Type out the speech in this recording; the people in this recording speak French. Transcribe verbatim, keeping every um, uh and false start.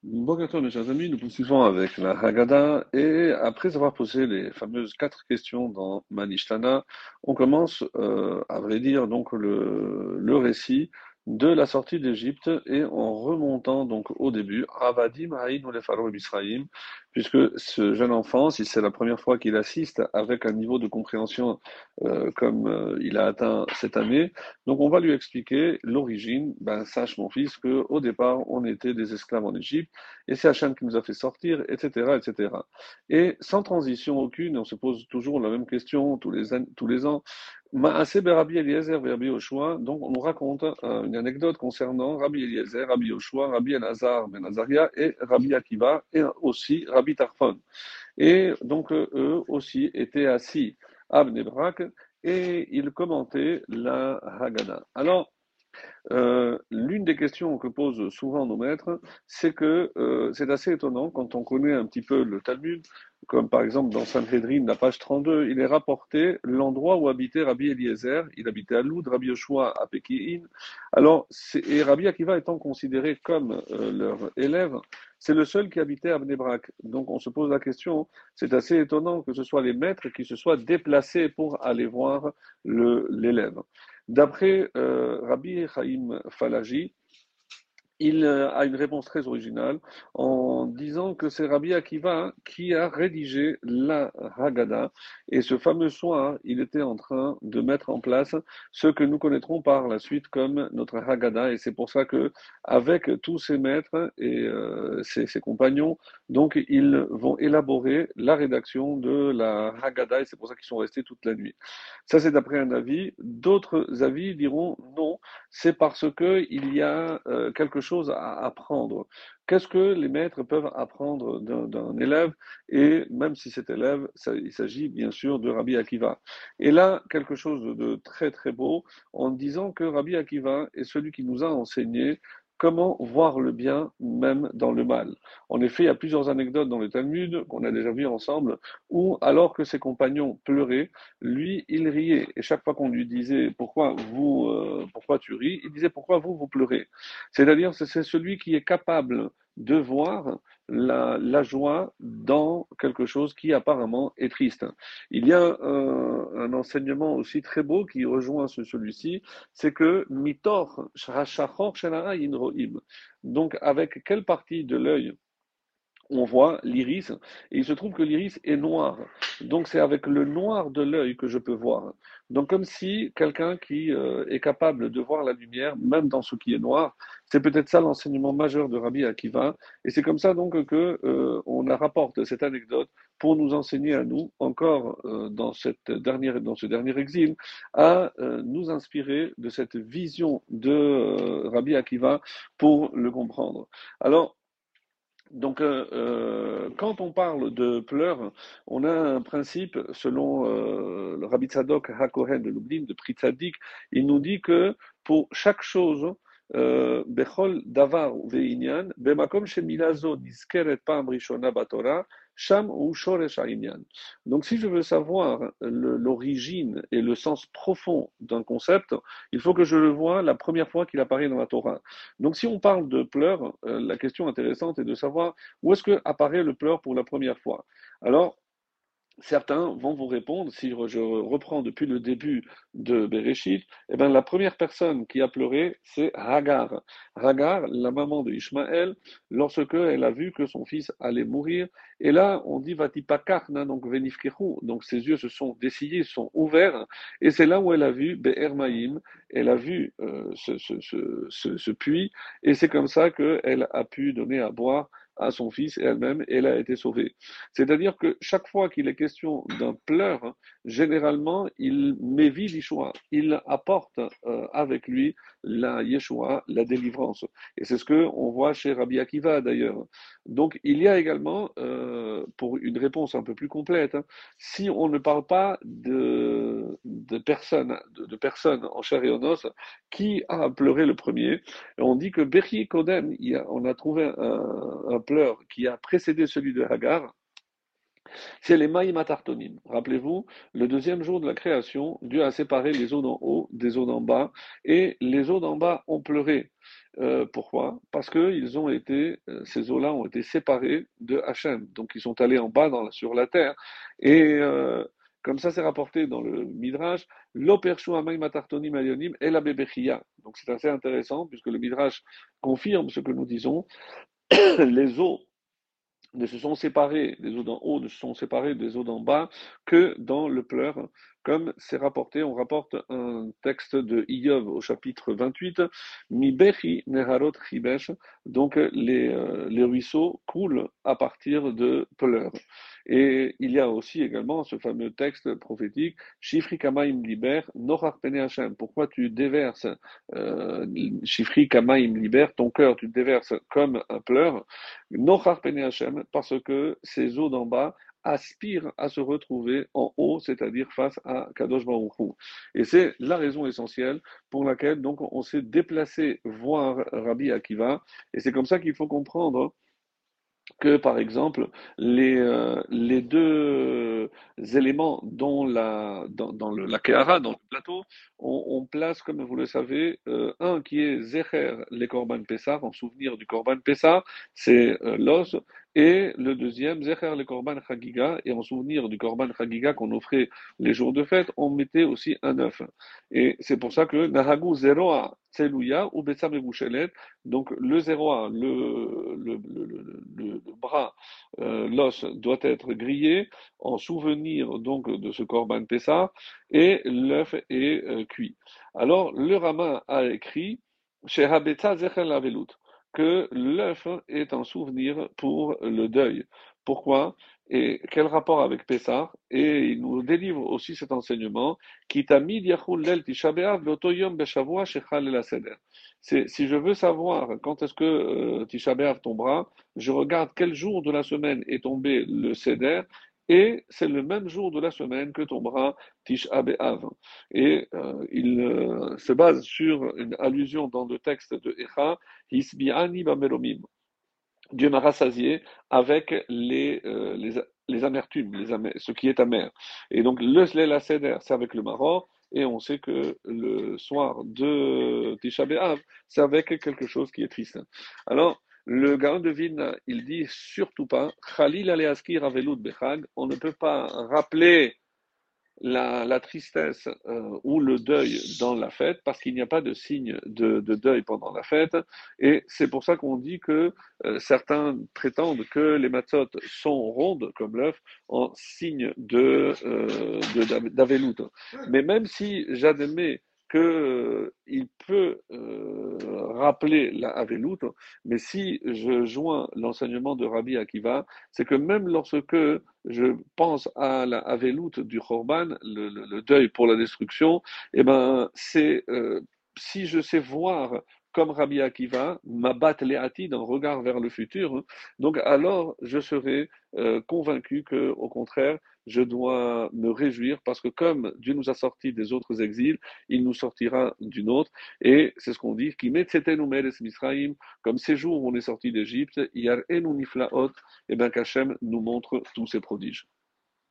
Bonjour à toi, mes chers amis, nous poursuivons avec la Haggadah et après avoir posé les fameuses quatre questions dans Manishtana, on commence, euh, à vrai dire, donc le, le récit de la sortie d'Égypte et en remontant donc au début, Avadim Haïn ou les Pharaons Misraïm, puisque ce jeune enfant, si c'est la première fois qu'il assiste avec un niveau de compréhension euh, comme euh, il a atteint cette année, donc on va lui expliquer l'origine. Ben sache mon fils que au départ on était des esclaves en Égypte et c'est Hachem qui nous a fait sortir, et cetera, et cetera. Et sans transition aucune, on se pose toujours la même question tous les, an- tous les ans. Maaseh ben Rabbi Eliezer ben Rabbi Yoshua, donc on nous raconte euh, une anecdote concernant Rabbi Eliezer, Rabbi Yoshua, Rabbi Elazar ben Azaria et Rabbi Akiva et aussi Rabbi Tarfon. Et donc euh, eux aussi étaient assis à Bnei Brak et ils commentaient la Haggadah. Alors, euh, l'une des questions que posent souvent nos maîtres, c'est que euh, c'est assez étonnant quand on connaît un petit peu le Talmud, comme par exemple dans Sanhedrin, la page trente-deux, il est rapporté l'endroit où habitait Rabbi Eliezer, il habitait à Loud, Rabbi Yoshua à Pékin. Alors, et Rabbi Akiva étant considéré comme euh, leur élève, c'est le seul qui habitait à Bnei Brak. Donc on se pose la question, c'est assez étonnant que ce soit les maîtres qui se soient déplacés pour aller voir le, l'élève. D'après euh, Rabbi Chaim Falaji, il euh, a une réponse très originale en disant que c'est Rabbi Akiva qui a rédigé la Haggadah. Et ce fameux soir, il était en train de mettre en place ce que nous connaîtrons par la suite comme notre Haggadah. Et c'est pour ça que, avec tous ses maîtres et euh, ses, ses compagnons, donc ils vont élaborer la rédaction de la Haggadah. Et c'est pour ça qu'ils sont restés toute la nuit. Ça, c'est d'après un avis. D'autres avis diront non, c'est parce que il y a euh, quelque chose à apprendre. Qu'est-ce que les maîtres peuvent apprendre d'un, d'un élève? Et même si cet élève, ça, il s'agit bien sûr de Rabbi Akiva. Et là, quelque chose de, de très très beau, en disant que Rabbi Akiva est celui qui nous a enseigné comment voir le bien même dans le mal. En effet, il y a plusieurs anecdotes dans le Talmud qu'on a déjà vues ensemble, où alors que ses compagnons pleuraient, lui, il riait. Et chaque fois qu'on lui disait pourquoi vous, euh, pourquoi tu ris, il disait pourquoi vous, vous pleurez. C'est-à-dire, c'est c'est celui qui est capable de voir la, la joie dans quelque chose qui apparemment est triste. Il y a un, un enseignement aussi très beau qui rejoint ce, celui-ci, c'est que mitor shachor shenara roim. Donc, avec quelle partie de l'œil on voit l'iris, et il se trouve que l'iris est noir. Donc c'est avec le noir de l'œil que je peux voir. Donc comme si quelqu'un qui euh, est capable de voir la lumière, même dans ce qui est noir, c'est peut-être ça l'enseignement majeur de Rabbi Akiva, et c'est comme ça donc que euh, on rapporte cette anecdote pour nous enseigner à nous, encore euh, dans, cette dernière, dans ce dernier exil, à euh, nous inspirer de cette vision de euh, Rabbi Akiva pour le comprendre. Alors, donc, euh, euh, quand on parle de pleurs, on a un principe, selon euh, le Rabbi Tzadok HaKohen de Lublin, de Pri Tzadik, il nous dit que pour chaque chose, euh, Bechol Davar Ve'inyan, Bemakom Shemilazo Nizkeret Pam Rishona Batora, Sham ou Shoresh Ha'inyan. Donc, si je veux savoir le- l'origine et le sens profond d'un concept, il faut que je le vois la première fois qu'il apparaît dans la Torah. Donc, si on parle de pleurs, euh, la question intéressante est de savoir où est-ce que apparaît le pleur pour la première fois. Alors, certains vont vous répondre, si je reprends depuis le début de Bereshit, eh bien, la première personne qui a pleuré, c'est Hagar. Hagar, la maman de Ishmaël, lorsque elle a vu que son fils allait mourir. Et là, on dit Vatipakarna, donc Venifkehu, donc ses yeux se sont dessillés, sont ouverts. Et c'est là où elle a vu Be'er Maïm, elle a vu euh, ce, ce, ce, ce, ce puits. Et c'est comme ça qu'elle a pu donner à boire à son fils et elle-même, et elle a été sauvée. C'est-à-dire que chaque fois qu'il est question d'un pleur, hein, généralement, il mévit l'Yeshua. Il apporte euh, avec lui la Yeshua, la délivrance. Et c'est ce que on voit chez Rabbi Akiva d'ailleurs. Donc il y a également, euh, pour une réponse un peu plus complète, hein, si on ne parle pas de, de personnes, de, de personnes en chair et en os, qui a pleuré le premier, on dit que Berhi Kodem, il y a- on a trouvé un, un pleur qui a précédé celui de Hagar, C'est les Maïm Atartonim. Rappelez-vous, le deuxième jour de la création, Dieu a séparé les eaux d'en haut des eaux d'en bas, et les eaux d'en bas ont pleuré. Euh, pourquoi? Parce que ils ont été, euh, ces eaux-là ont été séparées de Hachem. Donc ils sont allés en bas dans la- sur la terre. Et euh, comme ça, c'est rapporté dans le Midrash, l'Opershu Amayim Atartonim Alionim et la Bebechia. Donc c'est assez intéressant, puisque le Midrash confirme ce que nous disons. Les eaux ne se sont séparés, les eaux d'en haut ne se sont séparés des eaux d'en bas que dans le pleur, comme c'est rapporté. On rapporte un texte de Iyov au chapitre vingt-huit, Mi bechi neharot chibesh, donc les, euh, les ruisseaux coulent à partir de pleurs. Et il y a aussi également ce fameux texte prophétique, Shifri kamaim liber, nochar pene Hashem. Pourquoi tu déverses, euh, Shifri kamaim liber, ton cœur, tu te déverses comme un pleur, Nochar Pene Hashem, parce que ces eaux d'en bas aspirent à se retrouver en haut, c'est-à-dire face à Kadosh Baruch Hu. Et c'est la raison essentielle pour laquelle donc on s'est déplacé voir Rabbi Akiva, et c'est comme ça qu'il faut comprendre que, par exemple, les, euh, les deux éléments dont la, dans, dans le, la Kehara, dans le plateau, on, on place, comme vous le savez, euh, un qui est Zecher, les Korban Pessah, en souvenir du Korban Pessah, c'est euh, l'os, et le deuxième, Zecher, les Korban Chagiga, et en souvenir du Korban Chagiga qu'on offrait les jours de fête, on mettait aussi un œuf. Et c'est pour ça que Nahagu Zeroa Tseluya ou Betsa Mevushelet, donc le zéro un, le, le, le, le, le bras, euh, l'os doit être grillé en souvenir donc de ce Korban Pessah et l'œuf est euh, cuit. Alors le rabbin a écrit chez Habetza Zecher Lavelut que l'œuf est un souvenir pour le deuil. Pourquoi? Et quel rapport avec Pessah? Et il nous délivre aussi cet enseignement qui tamid yachul lel tisha b'av l'oto yom beshavua shechal el haseder. C'est si je veux savoir quand est-ce que euh, Tisha B'Av tombera, je regarde quel jour de la semaine est tombé le Seder, et c'est le même jour de la semaine que tombera Tisha B'Av. Et euh, il euh, se base sur une allusion dans le texte de Echa, Hisbi'ani Bamelomim. Dieu m'a rassasié avec les, euh, les, les amertumes, les amer, ce qui est amer. Et donc, le Slela Seder, c'est avec le maror, et on sait que le soir de Tisha B'Av, c'est avec quelque chose qui est triste. Alors, le Gaon de Vilna, il dit surtout pas, Khalil aleaskir avelut bechag, on ne peut pas rappeler la, la tristesse euh, ou le deuil dans la fête parce qu'il n'y a pas de signe de, de deuil pendant la fête. Et c'est pour ça qu'on dit que euh, certains prétendent que les matzot sont rondes comme l'œuf en signe de, euh, de d'Avelout. Mais même si j'admets qu'il euh, peut euh, rappeler la Avelout, mais si je joins l'enseignement de Rabbi Akiva, c'est que même lorsque je pense à la Avelout du Khorban, le, le, le deuil pour la destruction, et ben c'est euh, si je sais voir comme Rabbi Akiva, ma bat leati d'un regard vers le futur, hein, donc alors je serai euh, convaincu que, au contraire, je dois me réjouir parce que comme Dieu nous a sortis des autres exils, il nous sortira d'une autre. Et c'est ce qu'on dit, qui met Misraïm, comme ces jours où on est sorti d'Égypte, Yar enu niflaot, et bien qu'Hachem nous montre tous ses prodiges.